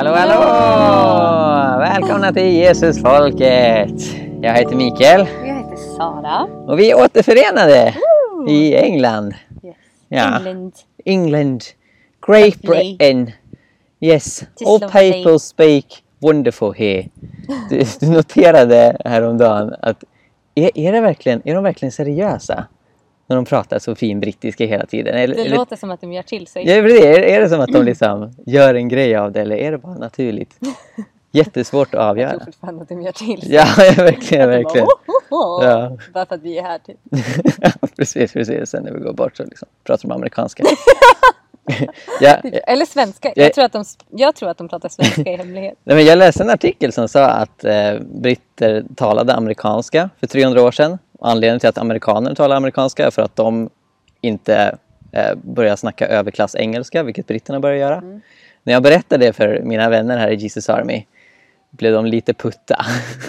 Hallå, hallå! Välkomna till Jesusfolket! Jag heter Mikael. Jag heter Sara. Och vi är återförenade i England. Yes. Ja. England. Great Lovely. Britain. Yes, Just all lovely. people speak wonderful here. Du noterade häromdagen att är de verkligen seriösa? När de pratar så fin brittiska hela tiden. Det låter som att de gör till sig. Ja, är det som att de liksom gör en grej av det eller är det bara naturligt? Jättesvårt att Jag avgöra. tror fortfarande att de gör till sig. Ja, verkligen. Ja. Bara för att vi är här typ. precis. Sen när vi går bort så liksom pratar de amerikanska. Ja. Eller svenska. Jag tror att de pratar svenska i hemlighet. Nej, men jag läste en artikel som sa att britter talade amerikanska för 300 år sedan. Och anledningen till att amerikaner talar amerikanska är för att de inte börjar snacka överklass engelska, vilket britterna börjar göra. När jag berättade det för mina vänner här i Jesus Army blev de lite putta.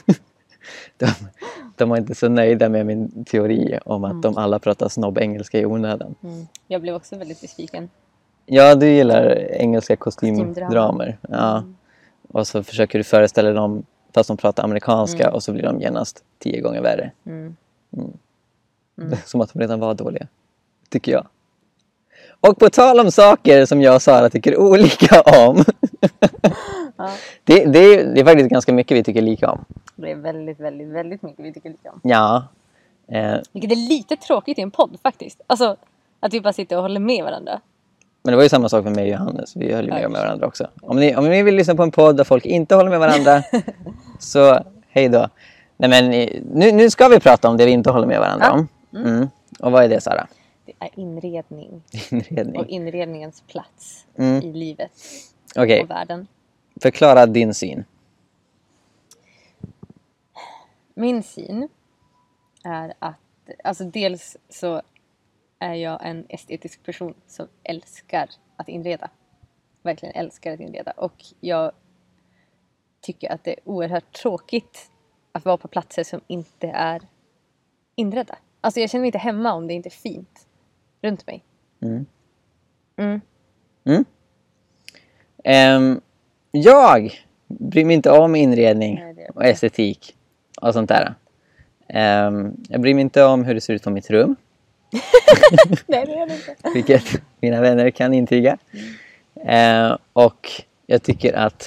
De var inte så nöjda med min teori om att de alla pratar snobb-engelska i onödan. Jag blev också väldigt besviken. Ja, du gillar engelska kostymdramer. Ja. Och så försöker du föreställa dem fast de pratar amerikanska och så blir de genast 10 gånger värre. Som att de redan var dåliga, tycker jag. Och på tal om saker som jag och Sara tycker olika om. Det är faktiskt ganska mycket vi tycker lika om. Det är väldigt, väldigt, väldigt mycket vi tycker lika om. Ja. Vilket är lite tråkigt i en podd faktiskt. Alltså att vi bara sitter och håller med varandra. Men det var ju samma sak med mig och Johannes. Vi höll ju med varandra också. Om ni vill lyssna på en podd där folk inte håller med varandra så hej då. Nej, men nu ska vi prata om det vi inte håller med varandra om. Och vad är det, Sara? Det är inredning. Inredning. Och inredningens plats i livet och världen. Förklara din syn. Min syn är att, alltså dels så är jag en estetisk person som älskar att inreda. Verkligen älskar att inreda. Och jag tycker att det är oerhört tråkigt att vara på platser som inte är inredda. Alltså jag känner mig inte hemma om det inte är fint runt mig. Jag bryr mig inte om inredning och estetik och sånt där. Jag bryr mig inte om hur det ser ut på mitt rum. Nej, det gör det inte. Vilket mina vänner kan intyga. Och jag tycker att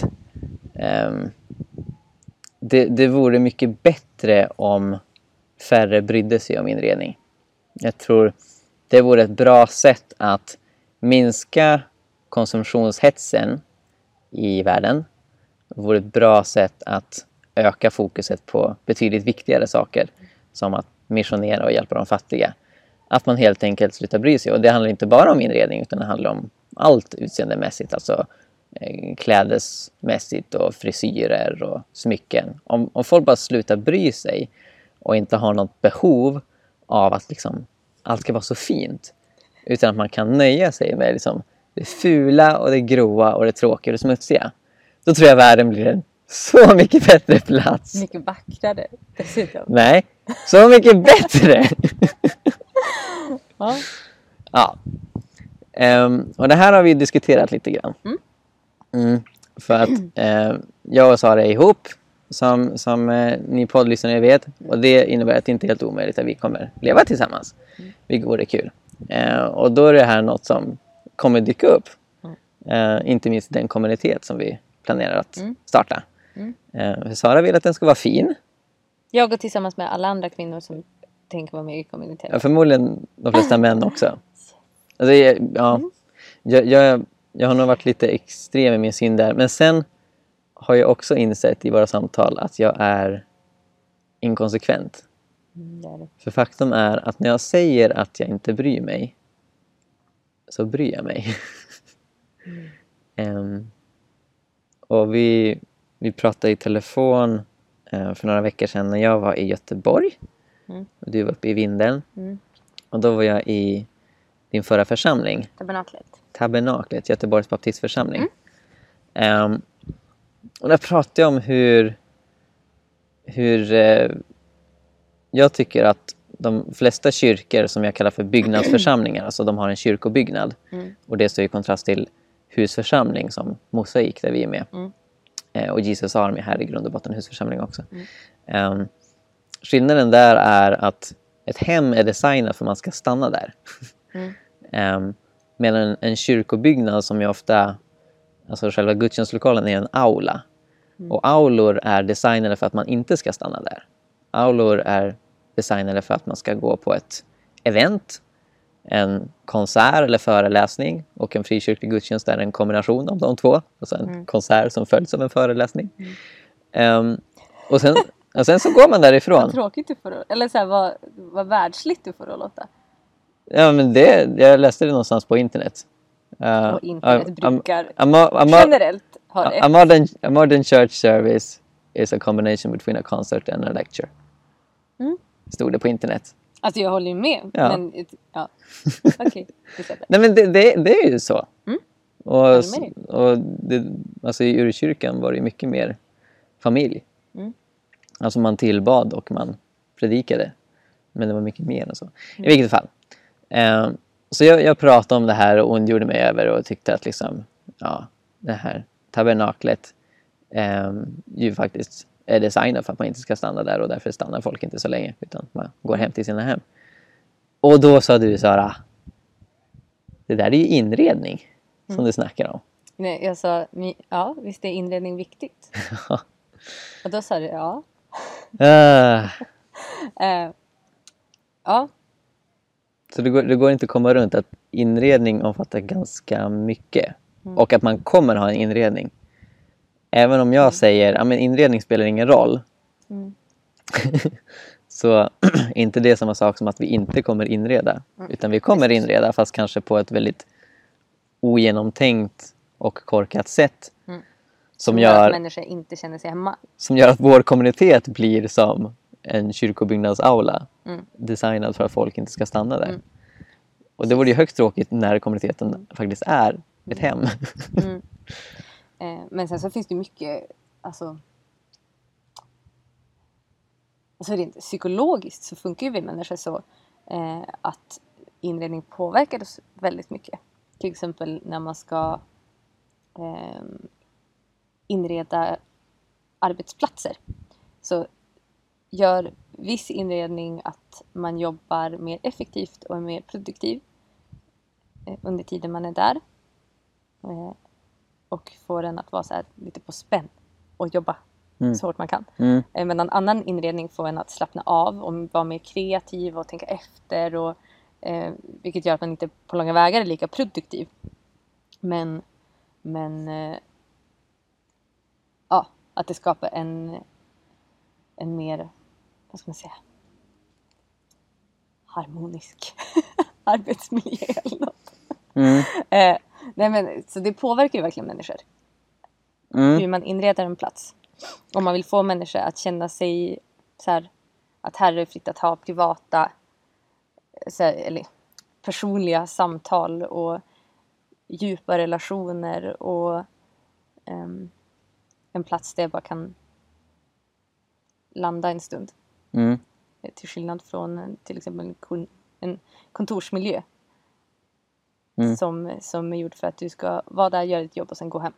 det vore mycket bättre om färre brydde sig om inredning. Jag tror det vore ett bra sätt att minska konsumtionshetsen i världen. Det vore ett bra sätt att öka fokuset på betydligt viktigare saker som att missionera och hjälpa de fattiga. Att man helt enkelt slutar bry sig. Och det handlar inte bara om inredning utan det handlar om allt utseendemässigt. Alltså klädesmässigt och frisyrer och smycken. Om folk bara slutar bry sig och inte har något behov av att liksom allt ska vara så fint. Utan att man kan nöja sig med liksom det fula och det gråa och det tråkiga och det smutsiga. Då tror jag världen blir en så mycket bättre plats. Mycket vackrare dessutom. Nej, så mycket bättre. Ja. Och det här har vi diskuterat lite grann. För att jag och Sara är ihop som ni poddlyssnare vet. Och det innebär att det inte är helt omöjligt att vi kommer leva tillsammans. Vilket vore kul. Och då är det här något som kommer dyka upp. Inte minst den kommunitet som vi planerar att starta. Sara vill att den ska vvara fin. Jag går tillsammans med alla andra kvinnor som tänker vara med i kommuniteten. Ja, förmodligen de flesta män också. Alltså, jag har nog varit lite extrem i min syn där. Men sen har jag också insett i våra samtal att jag är inkonsekvent. För faktum är att när jag säger att jag inte bryr mig så bryr jag mig. Och vi pratade i telefon för några veckor sedan när jag var i Göteborg. Och du var uppe i Vindeln. Och då var jag i din förra församling. Tabernaklet, Göteborgs baptistförsamling. Och där pratade jag om hur jag tycker att de flesta kyrkor som jag kallar för byggnadsförsamlingar, alltså de har en kyrkobyggnad. Och det står i kontrast till husförsamling som Mosaik där vi är med. Mm. Och Jesus Army här i grund och botten husförsamling också. Skillnaden där är att ett hem är designat för att man ska stanna där. Medan en kyrkobyggnad som ju ofta, alltså själva gudstjänstlokalen är en aula. Och aulor är designade för att man inte ska stanna där. Aulor är designade för att man ska gå på ett event, en konsert eller föreläsning, och en frikyrklig gudstjänst är en kombination av de två. Alltså en konsert som följs av en föreläsning. Och sen så går man därifrån. Vad tråkigt du får det. Eller så här, vad världsligt du får det att låta. Ja, men jag läste det någonstans på internet. Och internet brukar a generellt ha rätt. A modern church service is a combination between a concert and a lecture. Stod det på internet. Alltså jag håller ju med. Ja. Men ja. Okej. Nej, men det är ju så. Och med alltså i urkyrkan var det mycket mer familj. Alltså man tillbad och man predikade. Men det var mycket mer än så. I vilket fall. Så jag pratade om det här och ondgjorde mig över och tyckte att liksom, ja, det här tabernaklet ju faktiskt är designat för att man inte ska stanna där, och därför stannar folk inte så länge utan man går hem till sina hem. Och då sa du, Sara, det där är ju inredning som du snackar om. Nej, jag sa, ja, visst är inredning viktigt. Och då sa du, ja. Ja. Så det går inte att komma runt att inredning omfattar ganska mycket. Och att man kommer ha en inredning. Även om jag säger att inredning spelar ingen roll. Så är inte det samma sak som att vi inte kommer inreda. Utan vi kommer inreda, fast kanske på ett väldigt ogenomtänkt och korkat sätt. Som gör att människor inte känner sig hemma. Som gör att vår kommunitet blir som en kyrkobyggnadsaula. Designad för att folk inte ska stanna där. Och det vore ju högst tråkigt när kommuniteten faktiskt är ett hem. Men sen så finns det mycket, alltså rent psykologiskt så funkar ju vi människor så att inredning påverkar oss väldigt mycket. Till exempel när man ska inreda arbetsplatser, så gör viss inredning att man jobbar mer effektivt och är mer produktiv under tiden man är där, och får en att vara så här lite på spänn och jobba så hårt man kan. Medan annan inredning får en att slappna av och vara mer kreativ och tänka efter, och vilket gör att man inte på långa vägar är lika produktiv. Men ja, att det skapar en mer, vad ska man säga, harmonisk arbetsmiljö eller något. Nej, men så det påverkar ju verkligen människor. Hur man inreder en plats. Om man vill få människor att känna sig så här, att här är det fritt att ha privata så här, eller personliga samtal och djupa relationer, och en plats där jag bara kan landa en stund. Till skillnad från till exempel en kontorsmiljö som är gjord för att du ska vara där, göra ditt jobb och sen gå hem.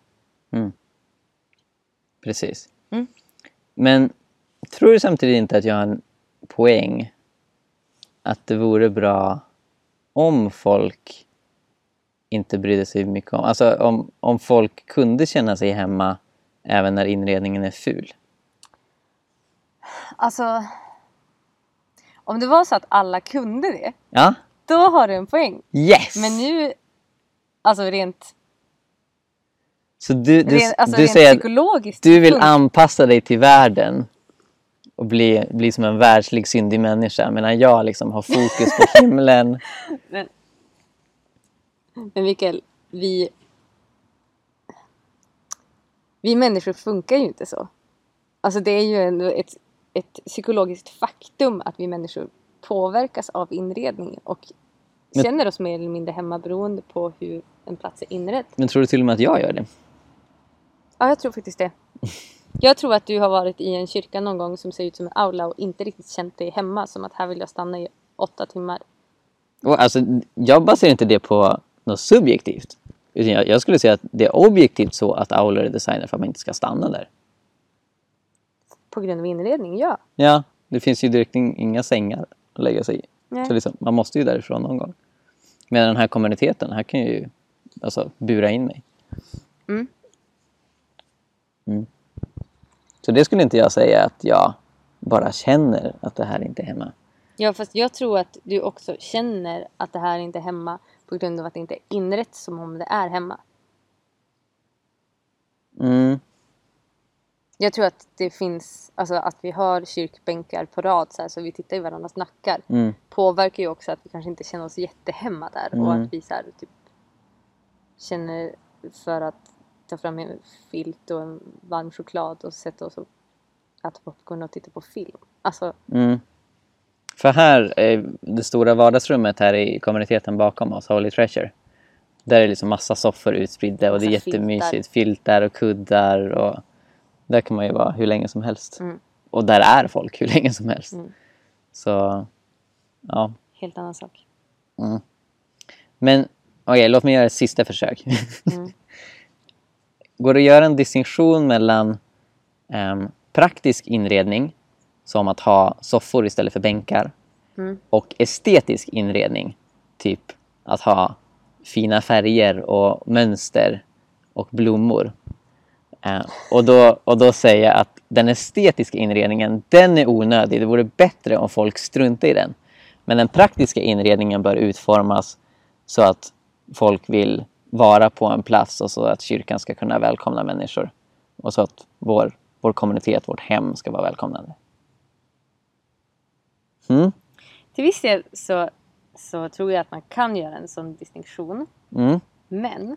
Precis. Men tror du samtidigt inte att jag har en poäng att det vore bra om folk inte brydde sig mycket om, alltså om folk kunde känna sig hemma även när inredningen är ful? Alltså, om det var så att alla kunde det, ja, då har du en poäng. Yes! Men nu, alltså rent, så du rent säger psykologiskt, att du vill anpassa dig till världen och bli som en världslig syndig människa, medan jag liksom har fokus på himlen. Men Mikael, vi människor funkar ju inte så. Alltså det är ju ett psykologiskt faktum att vi människor påverkas av inredning och känner oss mer eller mindre hemma beroende på hur en plats är inredd. Men tror du till och med att jag gör det? Ja, jag tror faktiskt det. Jag tror att du har varit i en kyrka någon gång som ser ut som en aula och inte riktigt känt dig hemma, som att här vill jag stanna i 8 timmar. Och alltså, jag baserar inte det på något subjektivt. Jag skulle säga att det är objektivt så att aulor är designade för att man inte ska stanna där. På grund av inredning, ja. Ja, det finns ju direkt inga sängar att lägga sig i. Nej. Så liksom, man måste ju därifrån någon gång. Men den här kommuniteten, här kan ju alltså bura in mig. Mm. Så det skulle inte jag säga att jag bara känner att det här inte är hemma. Ja, fast jag tror att du också känner att det här inte är hemma på grund av att det inte är inrätt som om det är hemma. Jag tror att det finns, alltså att vi har kyrkbänkar på rad så här, så vi tittar i varandras nackar. Påverkar ju också att vi kanske inte känner oss jättehemma där. Och att vi så här, typ, känner för att ta fram en filt och en varm choklad och sätta oss och äta popcorn och titta på film. Alltså... För här, det stora vardagsrummet här i kommuniteten bakom oss, Holy Treasure. Där är liksom massa soffor utspridda och det är jättemysigt. Filtar och kuddar och där kan man ju vara hur länge som helst. Och där är folk hur länge som helst. Så, ja. Helt annan sak. Men, okej, låt mig göra ett sista försök. Går det att göra en distinktion mellan praktisk inredning, som att ha soffor istället för bänkar, och estetisk inredning, typ att ha fina färger och mönster och blommor. Och då säger jag att den estetiska inredningen, den är onödig. Det vore bättre om folk struntar i den. Men den praktiska inredningen bör utformas så att folk vill vara på en plats och så att kyrkan ska kunna välkomna människor. Och så att vår kommunitet, vårt hem ska vara välkomnande. Till viss del så tror jag att man kan göra en sån distinktion. Men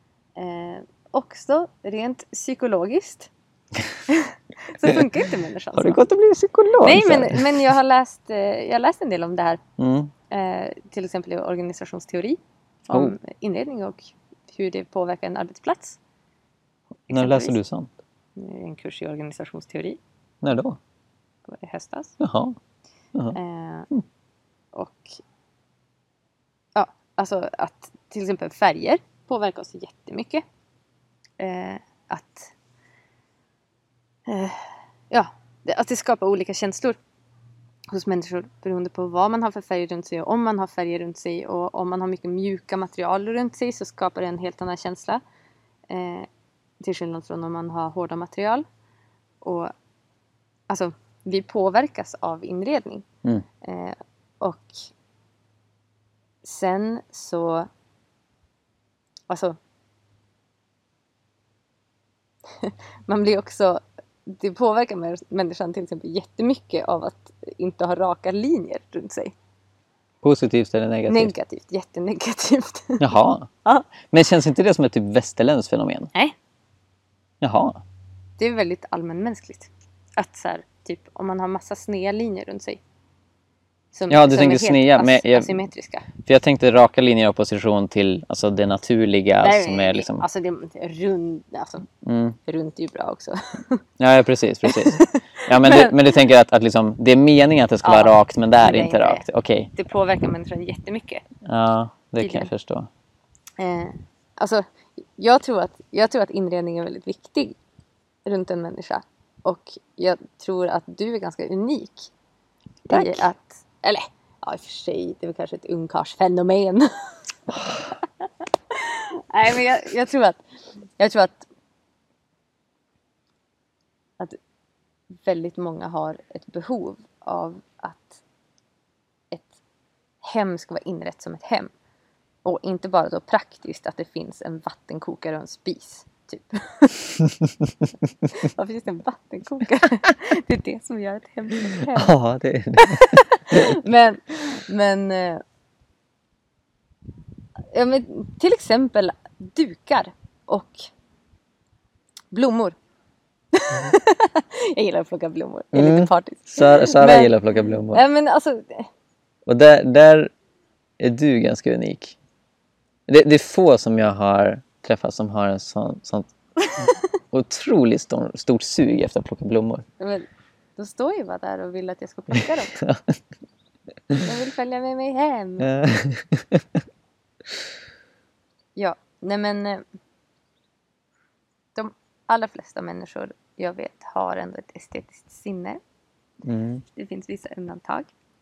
också rent psykologiskt så funkar inte människan. Har du gått och blivit psykolog? Nej, men jag har läst en del om det här. Till exempel i organisationsteori. Om inredning och hur det påverkar en arbetsplats. När läser du sånt? En kurs i organisationsteori. När då? I höstas. Jaha. Och ja, alltså att till exempel färger påverkar oss jättemycket. Att det skapar olika känslor hos människor beroende på vad man har för färger runt sig och om man har färger runt sig, och om man har mycket mjuka material runt sig så skapar det en helt annan känsla till skillnad från om man har hårda material. Och alltså vi påverkas av inredning. Och sen så alltså man blir också, det påverkar människan till exempel jättemycket av att inte ha raka linjer runt sig. Positivt eller negativt? Negativt, jättenegativt. Jaha. Ja. Men känns inte det som ett typ västerländskt fenomen? Nej. Jaha. Det är väldigt allmänmänskligt. Att så här, typ om man har massa sneda linjer runt sig. Som, ja, du som tänkte sneda, men asymmetriska. För jag tänkte raka linjer i opposition till alltså det naturliga. Nej, som är liksom... Alltså det är runt är ju bra också. Ja, precis. Ja, men du tänker att liksom, det är meningen att det ska vara rakt, men det är inte rakt. Okej. Det påverkar människan jättemycket. Ja, det kan jag förstå. Alltså, jag tror att inredning är väldigt viktig runt en människa. Och jag tror att du är ganska unik. Tack. I att, eller, ja i och för sig, det är väl kanske ett ungkarlsfenomen. Nej, men jag tror att väldigt många har ett behov av att ett hem ska vara inrätt som ett hem. Och inte bara då praktiskt att det finns en vattenkokare och en spis. Typ. Varför finns det en vattenkokare? Det är det som gör ett hem till ett hem. Ja, det är det. men till exempel dukar och blommor. Jag gillar att plocka blommor. Jag är lite partisk. Sara gillar att plocka blommor. Ja, men alltså... Och där är du ganska unik. Det är få som jag har träffat som har en sån otroligt stort sug efter att plocka blommor. Men då står jag bara där och vill att jag ska plocka dem. Jag vill följa med mig hem. Ja, Nej men de allra flesta människor jag vet har ändå ett estetiskt sinne. Mm. Det finns vissa undantag.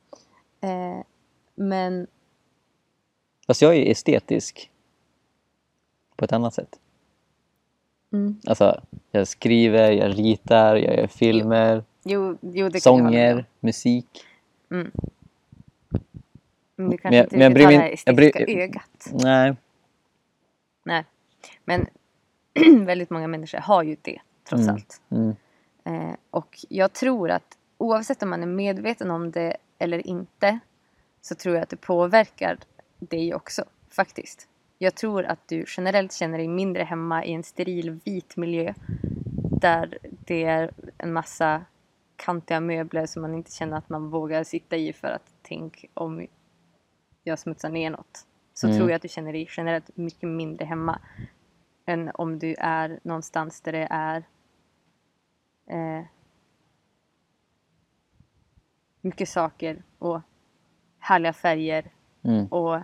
Men Fast jag är ju estetisk på ett annat sätt. Alltså, jag skriver, jag ritar, jag gör filmer, jo, det kan jag hålla med om. sånger, musik. Men du kanske Men inte jag riktigt bryr har det mig- här estetiska ögat. Nej. Men väldigt många människor har ju det, trots allt. Och jag tror att oavsett om man är medveten om det eller inte, så tror jag att det påverkar dig också, faktiskt. Jag tror att du generellt känner dig mindre hemma i en steril vit miljö där det är en massa kantiga möbler som man inte känner att man vågar sitta i för att tänk om jag smutsar ner något. Så tror jag att du känner dig generellt mycket mindre hemma än om du är någonstans där det är mycket saker och härliga färger och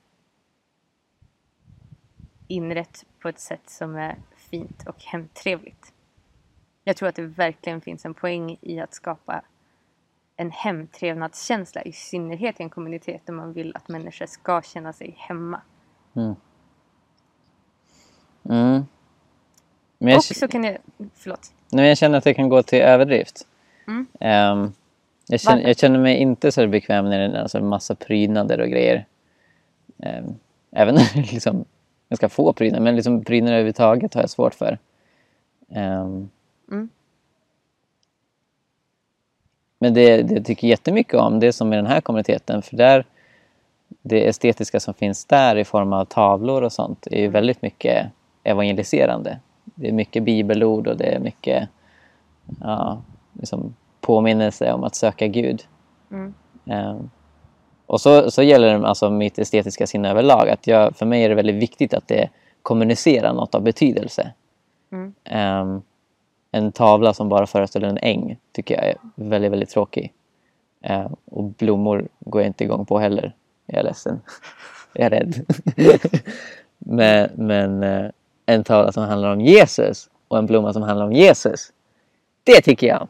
inrätt på ett sätt som är fint och hemtrevligt. Jag tror att det verkligen finns en poäng i att skapa en hemtrevnadskänsla, i synnerhet i en kommunitet där man vill att människor ska känna sig hemma. Men Och så kan jag... Förlåt. jag känner att det kan gå till överdrift. Jag känner mig inte så bekväm när det är alltså en massa prydnader och grejer. Även när det liksom ganska få prydnader, men liksom prydnader överhuvudtaget har jag svårt för. Men det tycker jag jättemycket om, det som är den här kommuniteten, för där det estetiska som finns där i form av tavlor och sånt är ju väldigt mycket evangeliserande. Det är mycket bibelord och det är mycket liksom påminnelse om att söka Gud. Och så gäller det alltså mitt estetiska sinne överlag, att för mig är det väldigt viktigt att det kommunicerar något av betydelse. En tavla som bara föreställer en äng tycker jag är väldigt, väldigt tråkig. Och blommor går jag inte igång på heller. Jag är ledsen. Jag är rädd. men en tavla som handlar om Jesus och en blomma som handlar om Jesus, det tycker jag.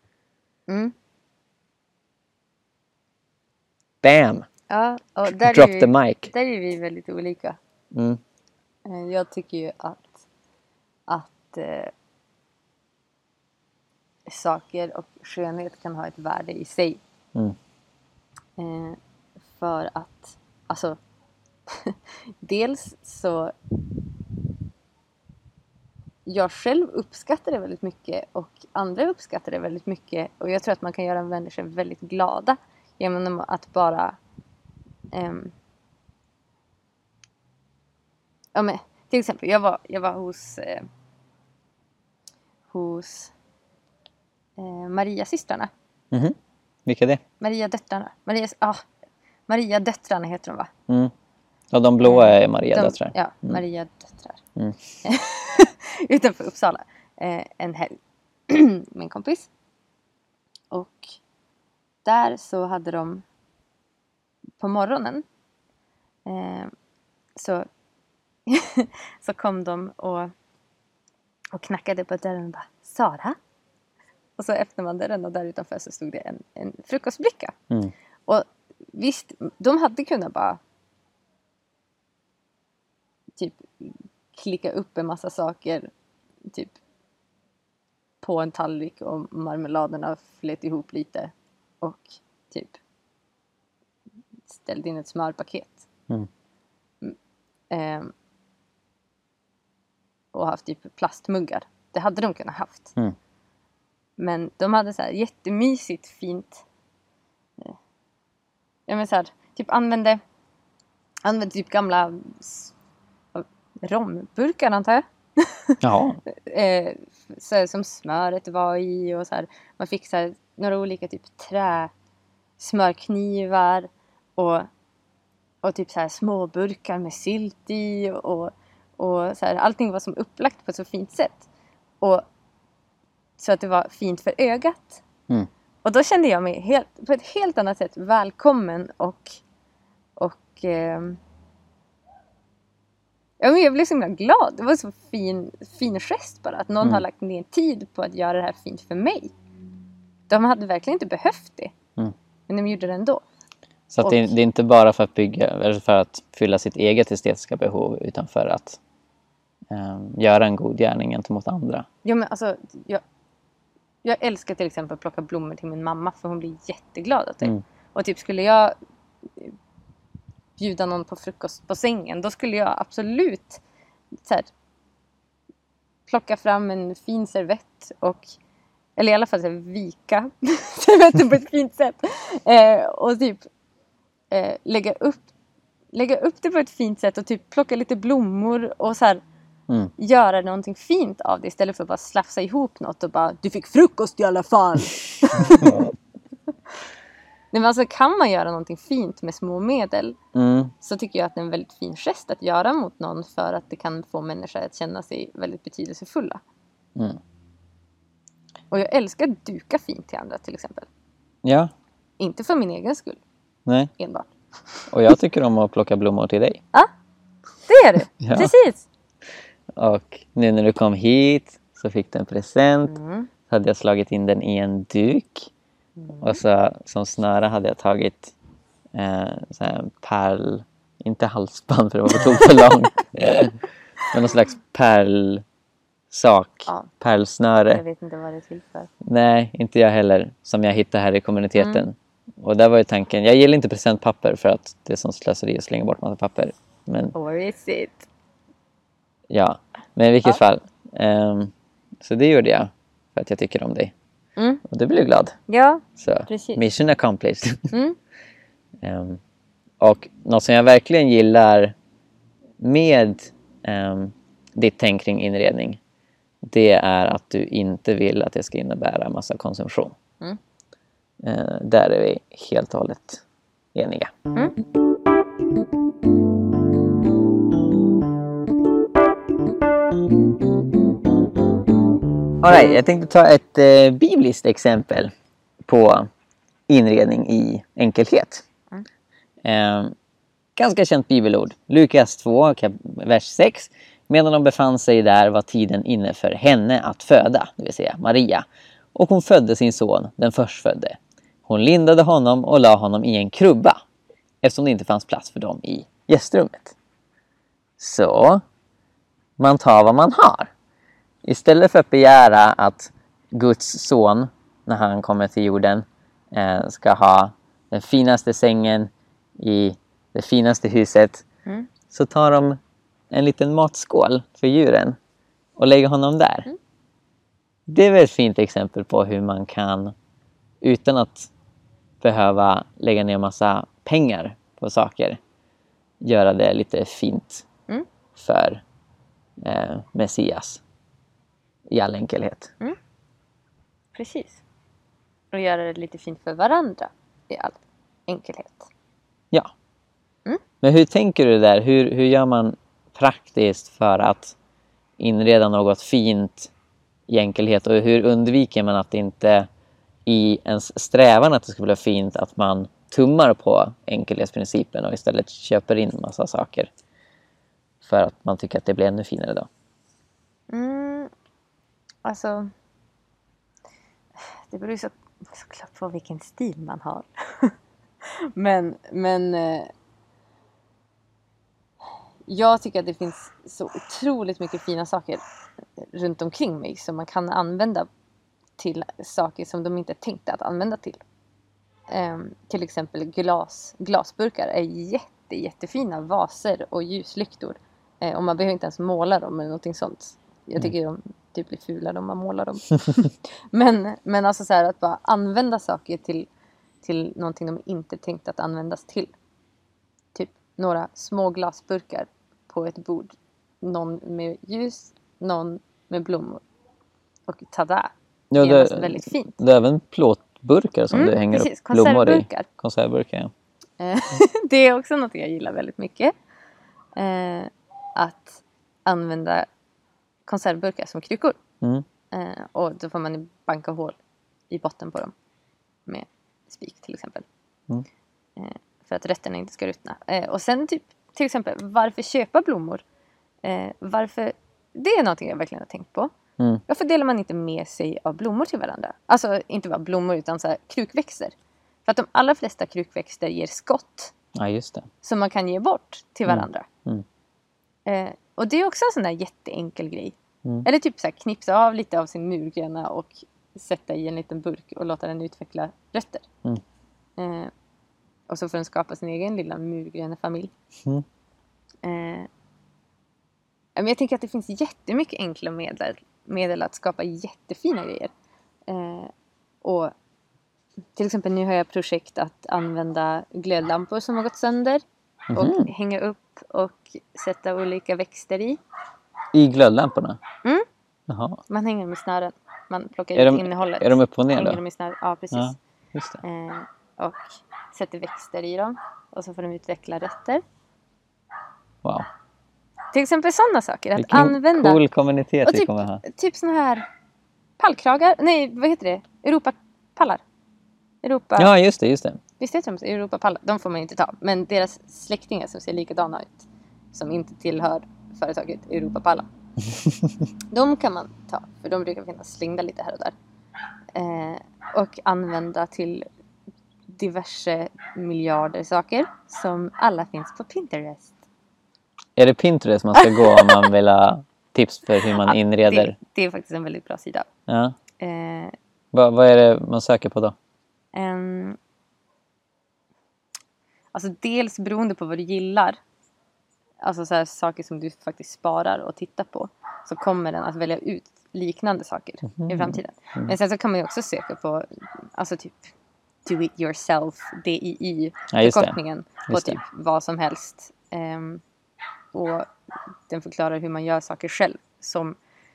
Bam! Ja, och där Drop the mic. Där är vi väldigt olika. Jag tycker ju att saker och skönhet kan ha ett värde i sig. För att, alltså, dels så jag själv uppskattar det väldigt mycket och andra uppskattar det väldigt mycket, och jag tror att man kan göra människor väldigt glada genom att bara men, till exempel jag var hos Maria-systrarna. Vilka är det? Maria-döttrarna. Maria-döttrarna heter de, va? Ja, de blåa är Maria-döttrar. Ja, Maria-döttrar. Utanför Uppsala. En helg med en kompis. Och där så hade de på morgonen så kom de och knackade på dörren och bara: Sara? Och så öppnade man dörren och där utanför så stod det en frukostbricka. Och visst, de hade kunnat bara typ klicka upp en massa saker typ på en tallrik och marmeladerna flöt ihop lite och typ ställde in ett smörpaket. Och haft typ plastmuggar. Det hade de kunnat haft. Men de hade så här jättemysigt fint. Jag menar så här, typ använde typ gamla romburkar, antar jag. Ja. Så här, som smöret var i och så här, man fick så här, några olika typ smörknivar och typ så här små burkar med sylt i och så här, allting var som upplagt på ett så fint sätt. Och så att det var fint för ögat. Och då kände jag mig på ett helt annat sätt välkommen och Ja, men jag blev så himla glad. Det var en så fin gest bara. Att någon har lagt ner tid på att göra det här fint för mig. De hade verkligen inte behövt det. Men de gjorde det ändå. Så att det är inte bara för att bygga, eller för att fylla sitt eget estetiska behov, utan för att göra en god gärning gentemot andra. Ja, men alltså, jag älskar till exempel att plocka blommor till min mamma, för hon blir jätteglad åt det. Och typ skulle jag bjuda någon på frukost på sängen, då skulle jag absolut så här, plocka fram en fin servett eller i alla fall så här, vika servetten på ett fint sätt och typ lägga upp det på ett fint sätt och typ plocka lite blommor och så här göra någonting fint av det, istället för att bara slafsa ihop något och bara, du fick frukost i alla fall. Nej, men alltså, kan man göra någonting fint med små medel så tycker jag att det är en väldigt fin gest att göra mot någon, för att det kan få människor att känna sig väldigt betydelsefulla. Och jag älskar att duka fint till andra till exempel. Ja. Inte för min egen skull. Nej. Enbart. Och jag tycker om att plocka blommor till dig. Ja, det är du. Ja. Precis. Och nu när du kom hit så fick du en present. Så hade jag slagit in den i en duk. Och så som snöre hade jag tagit så här pärl, inte halsband för det var på tok för långt. Men någon slags pärlsak, pärlsnöre. Jag vet inte vad det är till för. Nej, inte jag heller, som jag hittade här i kommuniteten. Och där var ju tanken, jag gillar inte presentpapper för att det är som slöseri att slänga bort massa papper. Men, or is it? Ja, men i vilket fall. Så det gjorde jag för att jag tycker om dig. Och du blev glad. Ja, så, precis. Mission accomplished. Och något som jag verkligen gillar med ditt tänk kring inredning, det är att du inte vill att det ska innebära massa konsumtion. Där är vi helt och hållet eniga. All right, jag tänkte ta ett bibliskt exempel på inredning i enkelhet. Ganska känt bibelord. Lukas 2, vers 6. Medan de befann sig där var tiden inne för henne att föda, det vill säga Maria. Och hon födde sin son, den förstfödde. Hon lindade honom och la honom i en krubba, eftersom det inte fanns plats för dem i gästrummet. Så, man tar vad man har. Istället för att begära att Guds son, när han kommer till jorden, ska ha den finaste sängen i det finaste huset, så tar de en liten matskål för djuren och lägger honom där. Det är väl ett fint exempel på hur man kan, utan att behöva lägga ner massa pengar på saker, göra det lite fint för Messias i all enkelhet. Precis. Och göra det lite fint för varandra i all enkelhet. Ja. Men hur tänker du där? Hur gör man praktiskt för att inreda något fint i enkelhet? Och hur undviker man att inte i ens strävan att det ska bli fint, att man tummar på enkelhetsprincipen och istället köper in massa saker för att man tycker att det blir ännu finare då? Alltså, det beror ju såklart på vilken stil man har. men jag tycker att det finns så otroligt mycket fina saker runt omkring mig som man kan använda till saker som de inte tänkte att använda till. Till exempel glasburkar är jättefina vaser och ljuslyktor. Och man behöver inte ens måla dem eller någonting sånt. Jag tycker de typ blir fula om man målar dem. men alltså så här, att bara använda saker till någonting de inte tänkt att användas till. Typ några små glasburkar på ett bord. Någon med ljus, någon med blommor. Och tada! Ja, det är väldigt fint. Det är även plåtburkar som du hänger precis, upp blommor i. Konservburkar, ja. Det är också något jag gillar väldigt mycket. Att använda konservburkar som kryckor. Och då får man banka hål i botten på dem. Med spik till exempel. För att rötterna inte ska ruttna. Och sen typ, till exempel, varför köpa blommor Varför? Det är någonting jag verkligen har tänkt på. Mm. Varför delar man inte med sig av blommor till varandra? Alltså inte bara blommor utan så här krukväxter. För att de allra flesta krukväxter ger skott. Ja, just det. Som man kan ge bort till varandra. Mm. Och det är också en sån där jätteenkel grej. Mm. Eller typ så här, knipsa av lite av sin murgröna och sätta i en liten burk och låta den utveckla rötter. Mm. Och så får den skapa sin egen lilla murgröna familj. Mm. Men jag tänker att det finns jättemycket enkla medel att skapa jättefina grejer. Och till exempel nu har jag projekt att använda glödlampor som har gått sönder. Och hänga upp och sätta olika växter i. I glödlamporna? Mm. Jaha. Man hänger med snören. Man plockar Är ut de, innehållet. är de upp och ner hänger då? dem i snören. Ja, precis. Ja, just det. Och sätter växter i dem. Och så får de utveckla rötter. Wow. Till exempel sådana saker. Att Vilken använda. cool kommunitet Och vi kommer ha. typ såna här pallkragar. Nej, vad heter det? Europapallar. Ja, just det. Visst heter de så? Europapallar. De får man ju inte ta. Men deras släktingar som ser likadana ut. Som inte tillhör företaget Europapallar. De kan man ta. För de brukar finnas slängda lite här och där. Och använda till diverse miljarder saker. Som alla finns på Pinterest. Är det Pinterest man ska gå om man vill ha tips för hur man inreder? Det är faktiskt en väldigt bra sida. Ja. Vad är det man söker på då? Alltså dels beroende på vad du gillar. Alltså så här, saker som du faktiskt sparar och tittar på. Så kommer den att välja ut liknande saker i framtiden. Men sen så kan man ju också söka på alltså typ do it yourself, DIY, förkortningen på typ vad som helst. Och den förklarar hur man gör saker själv. Som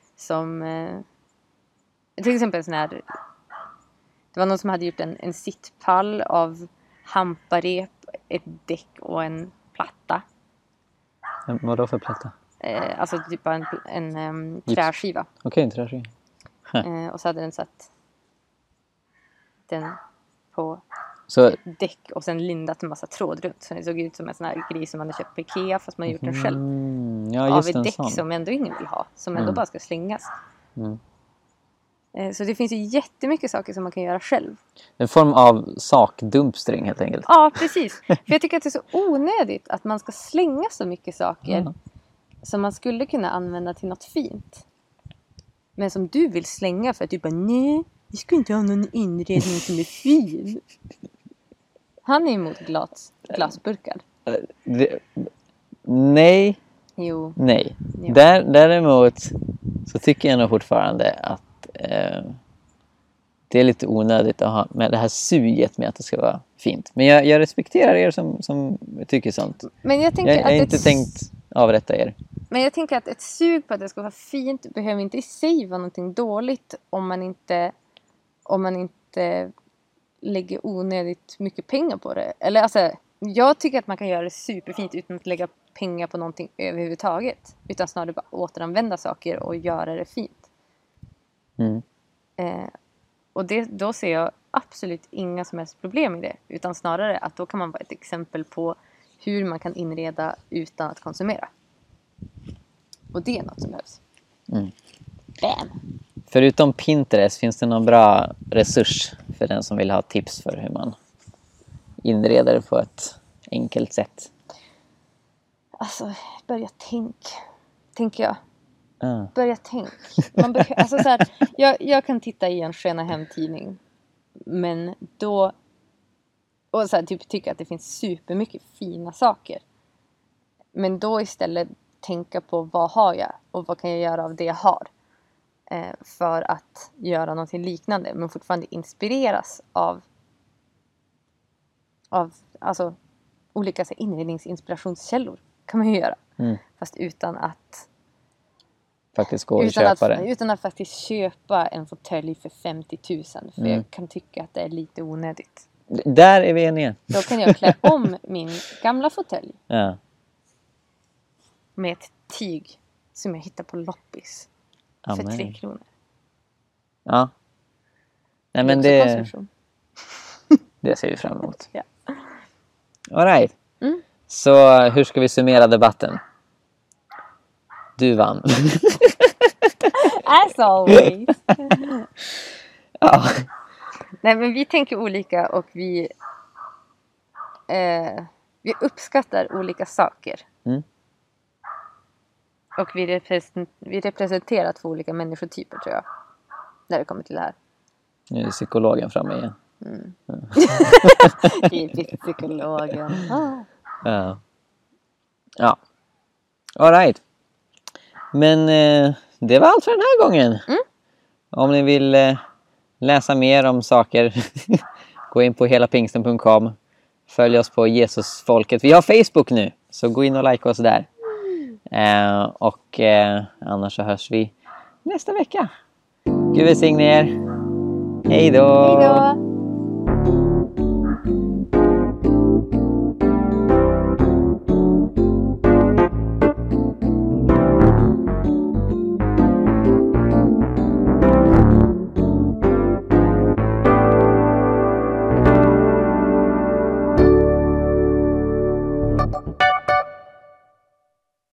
till exempel sån här. Det var någon som hade gjort en sittpall av hamparep, ett däck och en platta. Vadå för platta? Alltså typ en träskiva. Okej, en träskiva. Och så hade den satt den på däck och sen lindat en massa tråd runt. Så det såg ut som en sån här grej som man har köpt på Ikea fast man har gjort den själv. Ja, just av ett däck sån. som ändå ingen vill ha. Som ändå bara ska slängas. Så det finns ju jättemycket saker som man kan göra själv. En form av sakdumpstring helt enkelt. Ja, precis. För jag tycker att det är så onödigt att man ska slänga så mycket saker som man skulle kunna använda till något fint. Men som du vill slänga för att du bara, nej, vi ska inte ha någon inredning som är fin. Han är emot glasburkar. Nej. Jo. Nej. Däremot så tycker jag nog fortfarande att det är lite onödigt att ha med det här suget med att det ska vara fint. Men jag respekterar er som tycker sånt. Men jag tänker jag har inte tänkt avrätta er. Men jag tänker att ett sug på att det ska vara fint behöver inte i sig vara någonting dåligt om man inte lägger onödigt mycket pengar på det. Eller alltså, jag tycker att man kan göra det superfint utan att lägga pengar på någonting överhuvudtaget. Utan snarare bara återanvända saker och göra det fint. Och då ser jag absolut inga som helst problem i det. Utan snarare att då kan man vara ett exempel på hur man kan inreda utan att konsumera. Och det är något som behövs. Bam! Förutom Pinterest, finns det någon bra resurs för den som vill ha tips för hur man inreder på ett enkelt sätt? Alltså, börja tänker jag. Börja tänk. Alltså så här, jag kan titta i en Sköna Hem-tidning. Men då och så här, typ tycka att det finns supermycket fina saker. Men då istället tänka på vad har jag och vad kan jag göra av det jag har. För att göra någonting liknande. Men fortfarande inspireras av alltså, olika så, inredningsinspirationskällor. Kan man ju göra. Fast utan att faktiskt gå och köpa det. Utan att faktiskt köpa en fåtölj för 50 000. För jag kan tycka att det är lite onödigt. Där är vi eniga. Då kan jag klä om min gamla fåtölj. Ja. Med ett tyg som jag hittar på loppis. För 3 kronor. Ja. Nej, men det ser vi fram emot. Ja. All right. Så hur ska vi summera debatten? Du vann. As always. Ja. Nej, men vi tänker olika och vi uppskattar olika saker. Mm. Och vi representerar 2 olika människotyper, tror jag. När det kommer till det här. Nu är psykologen framme igen. Typiskt psykologen. Ja. Ja. All right. Men det var allt för den här gången. Om ni vill läsa mer om saker, gå in på helapingsten.com. Följ oss på Jesusfolket. Vi har Facebook nu, så gå in och like oss där. Och annars så hörs vi nästa vecka. Gud välsigne er. Hej då! Hej då!